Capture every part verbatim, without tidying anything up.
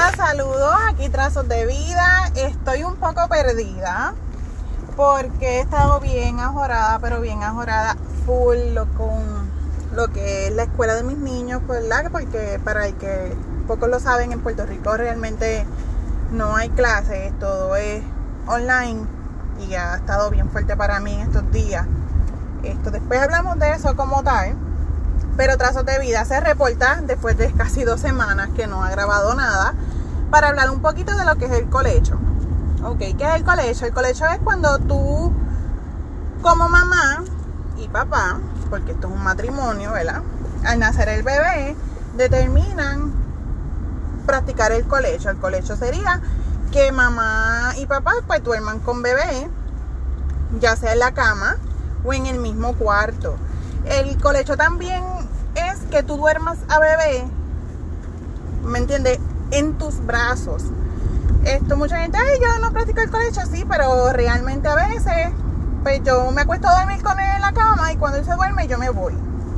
Hola, saludos, aquí Trazos de Vida. Estoy un poco perdida porque he estado bien ajorada, pero bien ajorada full lo, con lo que es la escuela de mis niños, ¿verdad? Porque para el que pocos lo saben, en Puerto Rico realmente no hay clases, todo es online y ha estado bien fuerte para mí en estos días. Esto, después hablamos de eso como tal. Pero Trazos de Vida se reporta después de casi dos semanas que no ha grabado nada para hablar un poquito de lo que es el colecho. Ok, ¿qué es el colecho? El colecho es cuando tú, como mamá y papá, porque esto es un matrimonio, ¿verdad? Al nacer el bebé, determinan practicar el colecho. El colecho sería que mamá y papá pues duerman con bebé, ya sea en la cama o en el mismo cuarto. El colecho también es que tú duermas a bebé, ¿me entiendes? En tus brazos. Esto, mucha gente, ay, yo no practico el colecho, sí, pero realmente a veces, pues yo me acuesto a dormir con él en la cama y cuando él se duerme yo me voy.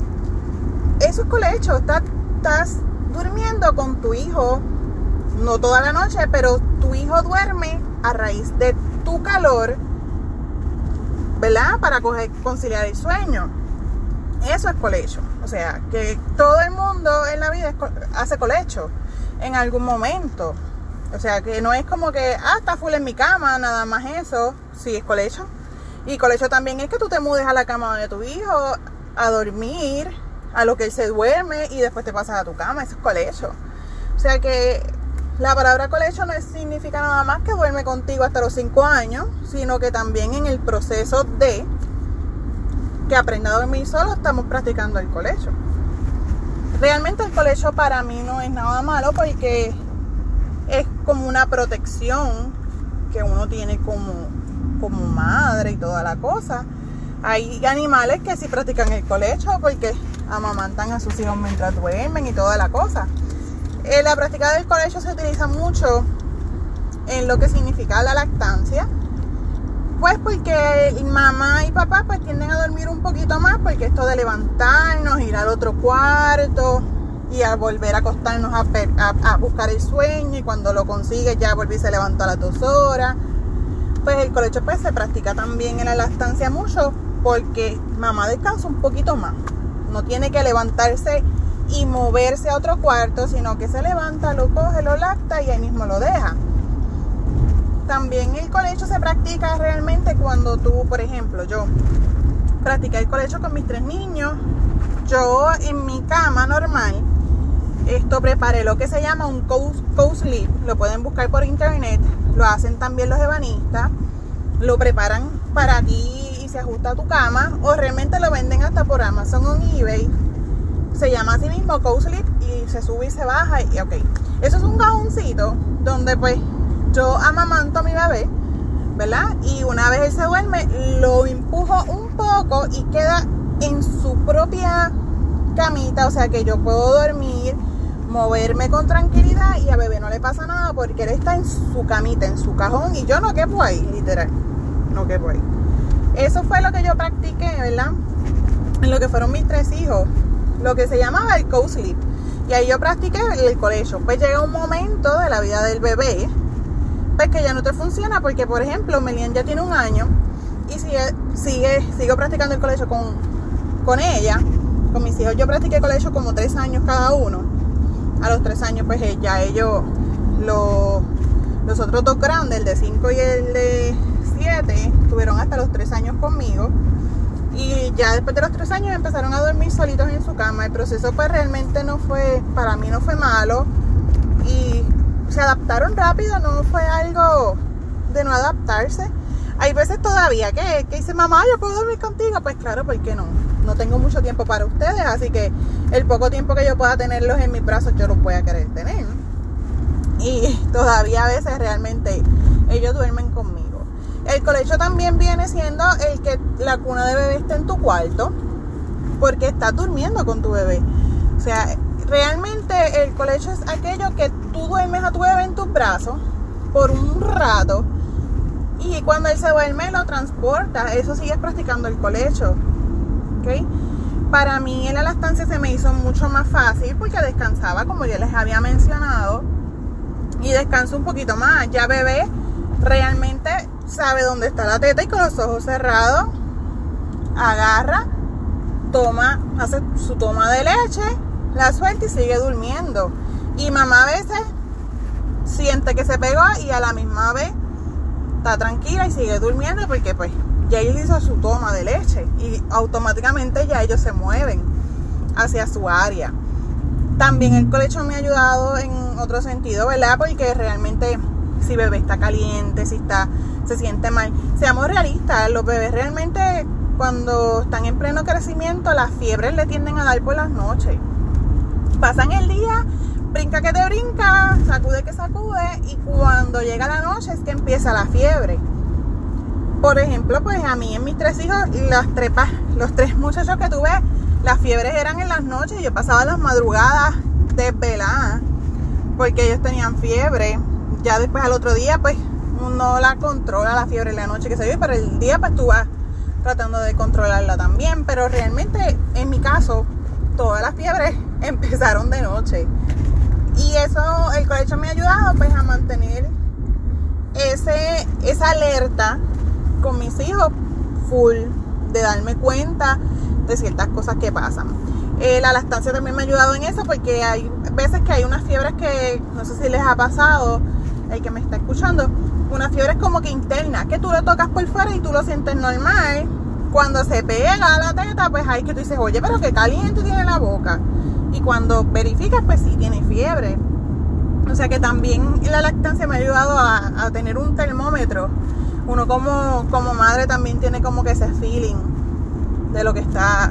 Eso es colecho, estás, estás durmiendo con tu hijo, no toda la noche, pero tu hijo duerme a raíz de tu calor, ¿verdad? Para coger, conciliar el sueño. Eso es colecho. O sea, que todo el mundo en la vida es, hace colecho en algún momento. O sea, que no es como que, ah, está full en mi cama, nada más eso. Sí, es colecho. Y colecho también es que tú te mudes a la cama de tu hijo a dormir, a lo que él se duerme y después te pasas a tu cama. Eso es colecho. O sea que la palabra colecho no significa nada más que duerme contigo hasta los cinco años, sino que también en el proceso de que aprenda a dormir solo, estamos practicando el colecho. Realmente el colecho para mí no es nada malo porque es como una protección que uno tiene como, como madre y toda la cosa. Hay animales que sí practican el colecho porque amamantan a sus hijos mientras duermen y toda la cosa. Eh, la práctica del colecho se utiliza mucho en lo que significa la lactancia. Pues porque mamá y papá pues tienden a dormir un poquito más porque esto de levantarnos, ir al otro cuarto y a volver a acostarnos a, a, a buscar el sueño y cuando lo consigues ya volví y se levantó a las dos horas. Pues el colecho pues se practica también en la lactancia mucho porque mamá descansa un poquito más. No tiene que levantarse y moverse a otro cuarto, sino que se levanta, lo coge, lo lacta y ahí mismo lo deja. También el colecho se practica realmente cuando tú, por ejemplo, yo practiqué el colecho con mis tres niños. Yo en mi cama normal, esto preparé lo que se llama un co-sleep. Lo pueden buscar por internet. Lo hacen también los ebanistas. Lo preparan para ti y se ajusta a tu cama. O realmente lo venden hasta por Amazon o en eBay. Se llama así mismo co-sleep y se sube y se baja. Y ok, eso es un cajoncito donde pues yo amamanto a mi bebé, ¿verdad? Y una vez él se duerme, lo empujo un poco y queda en su propia camita. O sea que yo puedo dormir, moverme con tranquilidad y a bebé no le pasa nada porque él está en su camita, en su cajón y yo no quepo ahí, literal. No quepo ahí. Eso fue lo que yo practiqué, ¿verdad? En lo que fueron mis tres hijos, lo que se llamaba el co-sleep. Y ahí yo practiqué el colecho. Pues llega un momento de la vida del bebé pues que ya no te funciona porque, por ejemplo, Melian ya tiene un año y sigue, sigue, sigo practicando el colecho con, con ella, con mis hijos. Yo practiqué colecho como tres años cada uno. A los tres años pues ya ellos, los, los otros dos grandes, el de cinco y el de siete, estuvieron hasta los tres años conmigo. Y ya después de los tres años empezaron a dormir solitos en su cama. El proceso pues realmente no fue, para mí no fue malo y se adaptaron rápido, no fue algo de no adaptarse. Hay veces todavía que, que dice mamá, ¿yo puedo dormir contigo? Pues claro, ¿por qué no? No tengo mucho tiempo para ustedes, así que el poco tiempo que yo pueda tenerlos en mis brazos, yo los voy a querer tener. Y todavía a veces realmente ellos duermen conmigo. El colecho también viene siendo el que la cuna de bebé esté en tu cuarto, porque estás durmiendo con tu bebé. O sea, realmente el colecho es aquello que tú duermes a tu bebé en tus brazos por un rato y cuando él se duerme lo transportas. Eso sigues practicando el colecho, ¿ok? Para mí en la lactancia se me hizo mucho más fácil porque descansaba, como ya les había mencionado, y descansa un poquito más. Ya bebé realmente sabe dónde está la teta y con los ojos cerrados agarra, toma, hace su toma de leche, la suelta y sigue durmiendo. Y mamá a veces siente que se pegó y a la misma vez está tranquila y sigue durmiendo porque pues ya él hizo su toma de leche y automáticamente ya ellos se mueven hacia su área. También el colecho me ha ayudado en otro sentido, ¿verdad? Porque realmente si bebé está caliente, si está, se siente mal, seamos realistas, los bebés realmente cuando están en pleno crecimiento las fiebres le tienden a dar por las noches. Pasan el día, brinca que te brinca, sacude que sacude y cuando llega la noche es que empieza la fiebre. Por ejemplo, pues a mí en mis tres hijos, las trepas, los tres muchachos que tuve, las fiebres eran en las noches y yo pasaba las madrugadas desveladas porque ellos tenían fiebre. Ya después al otro día pues uno la controla la fiebre en la noche que se vive, pero el día pues tú vas tratando de controlarla también. Pero realmente en mi caso todas las fiebres empezaron de noche y eso el colecho me ha ayudado pues a mantener ese, esa alerta con mis hijos full, de darme cuenta de ciertas cosas que pasan. Eh, la lactancia también me ha ayudado en eso porque hay veces que hay unas fiebres que no sé si les ha pasado, el que me está escuchando, unas fiebres como que internas, que tú lo tocas por fuera y tú lo sientes normal. Cuando se pega a la teta, pues ahí que tú dices, oye, pero qué caliente tiene la boca. Y cuando verificas, pues sí tiene fiebre. O sea que también la lactancia me ha ayudado a, a tener un termómetro. Uno como, como madre también tiene como que ese feeling de lo que está,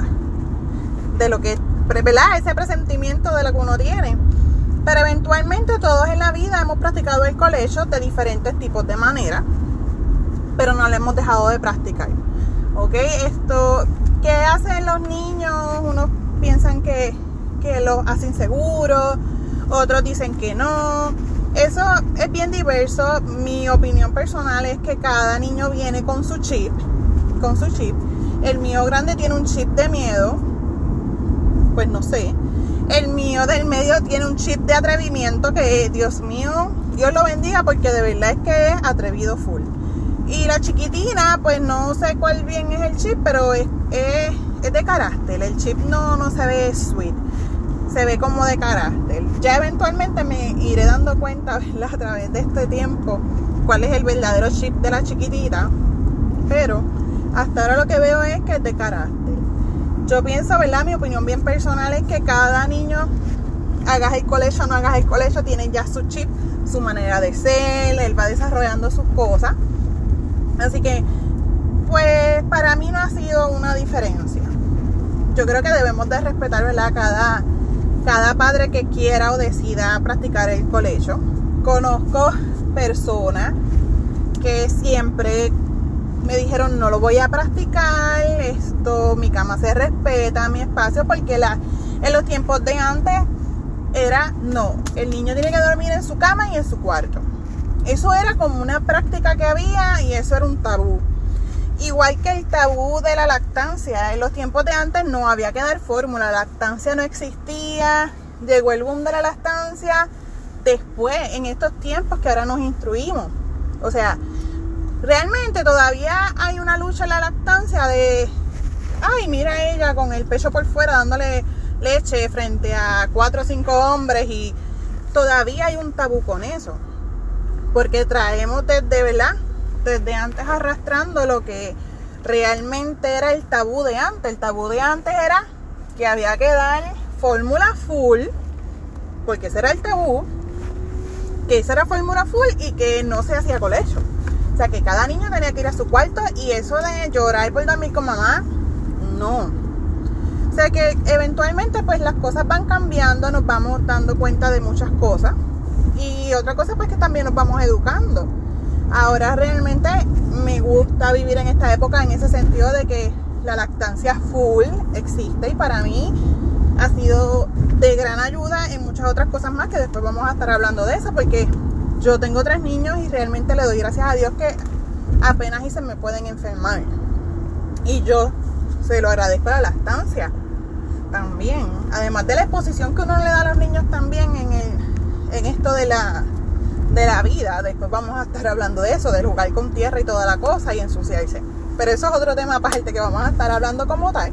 de lo que, ¿verdad? Ese presentimiento de lo que uno tiene. Pero eventualmente todos en la vida hemos practicado el colecho de diferentes tipos de manera, pero no lo hemos dejado de practicar. ¿Ok? Esto, ¿qué hacen los niños? Unos piensan que, que los hacen seguros, otros dicen que no. Eso es bien diverso. Mi opinión personal es que cada niño viene con su chip, con su chip. El mío grande tiene un chip de miedo, pues no sé. El mío del medio tiene un chip de atrevimiento que, Dios mío, Dios lo bendiga porque de verdad es que es atrevido full. Y la chiquitina, pues no sé cuál bien es el chip, pero es, es, es de carácter. El chip no, no se ve sweet, se ve como de carácter. Ya eventualmente me iré dando cuenta, ¿verdad?, a través de este tiempo, cuál es el verdadero chip de la chiquitita. Pero hasta ahora lo que veo es que es de carácter. Yo pienso, ¿verdad?, mi opinión bien personal es que cada niño, hagas el colegio o no hagas el colegio, tiene ya su chip, su manera de ser, él va desarrollando sus cosas. Así que, pues, para mí no ha sido una diferencia. Yo creo que debemos de respetar, ¿verdad?, cada, cada padre que quiera o decida practicar el colegio. Conozco personas que siempre me dijeron, no lo voy a practicar, esto, mi cama se respeta, mi espacio, porque la, en los tiempos de antes era, no, el niño tiene que dormir en su cama y en su cuarto. Eso era como una práctica que había y eso era un tabú. Igual que el tabú de la lactancia. En los tiempos de antes no había que dar fórmula, la lactancia no existía, llegó el boom de la lactancia después, en estos tiempos que ahora nos instruimos. O sea, realmente todavía hay una lucha en la lactancia de, ay, mira ella con el pecho por fuera dándole leche frente a cuatro o cinco hombres, y todavía hay un tabú con eso. Porque traemos desde, ¿verdad?, desde antes arrastrando lo que realmente era el tabú de antes. El tabú de antes era que había que dar fórmula full, porque ese era el tabú, que esa era fórmula full y que no se hacía colecho. O sea, que cada niño tenía que ir a su cuarto y eso de llorar por dormir con mamá, no. O sea que eventualmente pues las cosas van cambiando, nos vamos dando cuenta de muchas cosas. Y otra cosa pues que también nos vamos educando. Ahora realmente me gusta vivir en esta época en ese sentido de que la lactancia full existe y para mí ha sido de gran ayuda en muchas otras cosas más que después vamos a estar hablando de eso, porque yo tengo tres niños y realmente le doy gracias a Dios que apenas y se me pueden enfermar. Y yo se lo agradezco a la lactancia también. Además de la exposición que uno le da a los niños también en, el, en esto de la, de la vida. Después vamos a estar hablando de eso, de jugar con tierra y toda la cosa y ensuciarse. Pero eso es otro tema aparte que vamos a estar hablando como tal.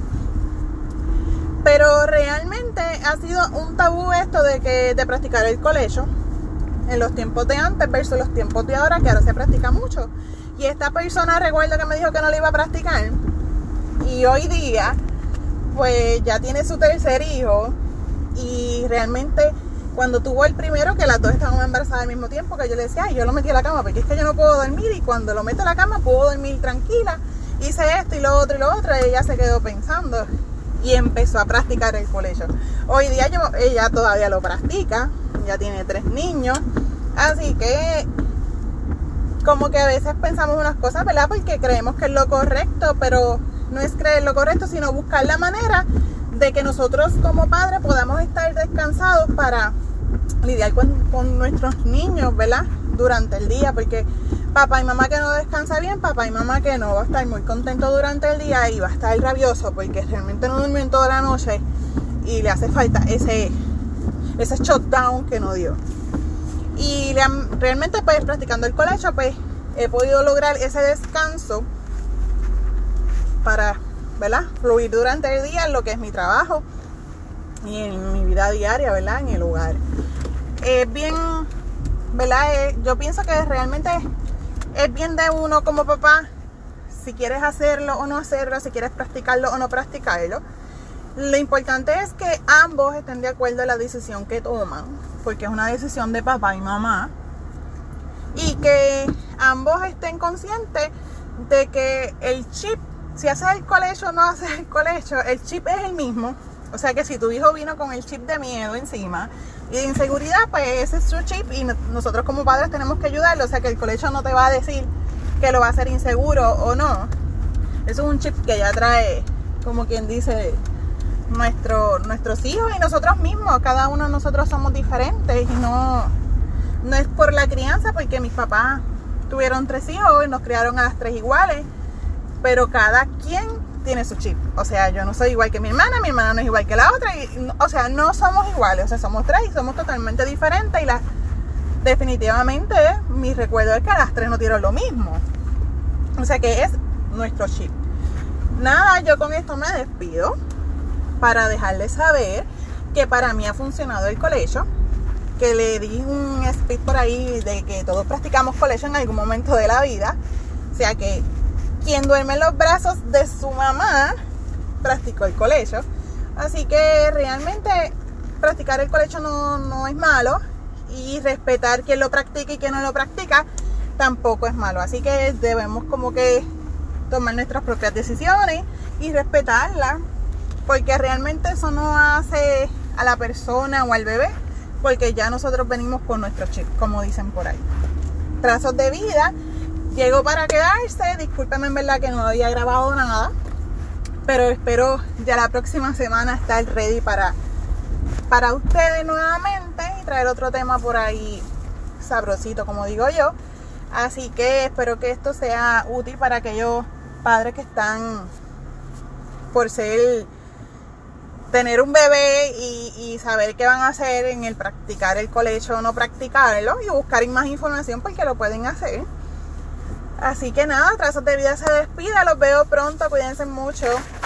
Pero realmente ha sido un tabú esto de que de practicar el colecho en los tiempos de antes versus los tiempos de ahora, que ahora se practica mucho. Y esta persona, recuerdo que me dijo que no lo iba a practicar, y hoy día pues ya tiene su tercer hijo, y realmente cuando tuvo el primero, que las dos estaban embarazadas al mismo tiempo, que yo le decía, ay, yo lo metí a la cama porque es que yo no puedo dormir, y cuando lo meto a la cama puedo dormir tranquila, hice esto y lo otro y lo otro, y ella se quedó pensando y empezó a practicar el colecho. Hoy día yo, ella todavía lo practica, ya tiene tres niños, así que como que a veces pensamos unas cosas, ¿verdad? Porque creemos que es lo correcto, pero no es creer lo correcto, sino buscar la manera de que nosotros como padres podamos estar descansados para lidiar con, con nuestros niños, ¿verdad? Durante el día, porque papá y mamá que no descansa bien, papá y mamá que no va a estar muy contento durante el día y va a estar rabioso porque realmente no durmió en toda la noche y le hace falta ese, ese shutdown que no dio. Y le, realmente pues practicando el colecho pues he podido lograr ese descanso para, ¿verdad?, fluir durante el día en lo que es mi trabajo y en mi vida diaria, ¿verdad?, en el hogar. Es bien, ¿verdad? Eh, yo pienso que realmente es bien de uno como papá, si quieres hacerlo o no hacerlo, si quieres practicarlo o no practicarlo. Lo importante es que ambos estén de acuerdo en la decisión que toman, porque es una decisión de papá y mamá, y que ambos estén conscientes de que el chip, si haces el colecho o no haces el colecho, el chip es el mismo. O sea que si tu hijo vino con el chip de miedo encima y de inseguridad, pues ese es su chip y nosotros como padres tenemos que ayudarlo. O sea que el colecho no te va a decir que lo va a hacer inseguro o no. Eso es un chip que ya trae, como quien dice, nuestro, nuestros hijos y nosotros mismos. Cada uno de nosotros somos diferentes y no, no es por la crianza, porque mis papás tuvieron tres hijos y nos criaron a las tres iguales, pero cada quien tiene su chip. O sea, yo no soy igual que mi hermana, mi hermana no es igual que la otra, y, o sea, no somos iguales, o sea, somos tres y somos totalmente diferentes, y las, definitivamente mi recuerdo es que las tres no dieron lo mismo. O sea que es nuestro chip. Nada, yo con esto me despido para dejarles saber que para mí ha funcionado el colecho, que le di un speech por ahí de que todos practicamos colecho en algún momento de la vida. O sea que quien duerme en los brazos de su mamá practicó el colecho. Así que realmente practicar el colecho no, no es malo, y respetar quien lo practica y quien no lo practica tampoco es malo. Así que debemos como que tomar nuestras propias decisiones y respetarlas, porque realmente eso no hace a la persona o al bebé, porque ya nosotros venimos con nuestro chip, como dicen por ahí. Trazos de vida llegó para quedarse. Discúlpenme en verdad que no había grabado nada, pero espero ya la próxima semana estar ready para, para ustedes nuevamente y traer otro tema por ahí sabrosito, como digo yo. Así que espero que esto sea útil para aquellos padres que están por ser tener un bebé y, y saber qué van a hacer en el practicar el colecho o no practicarlo, y buscar más información porque lo pueden hacer. Así que nada, Trazos de Vida se despide. Los veo pronto. Cuídense mucho.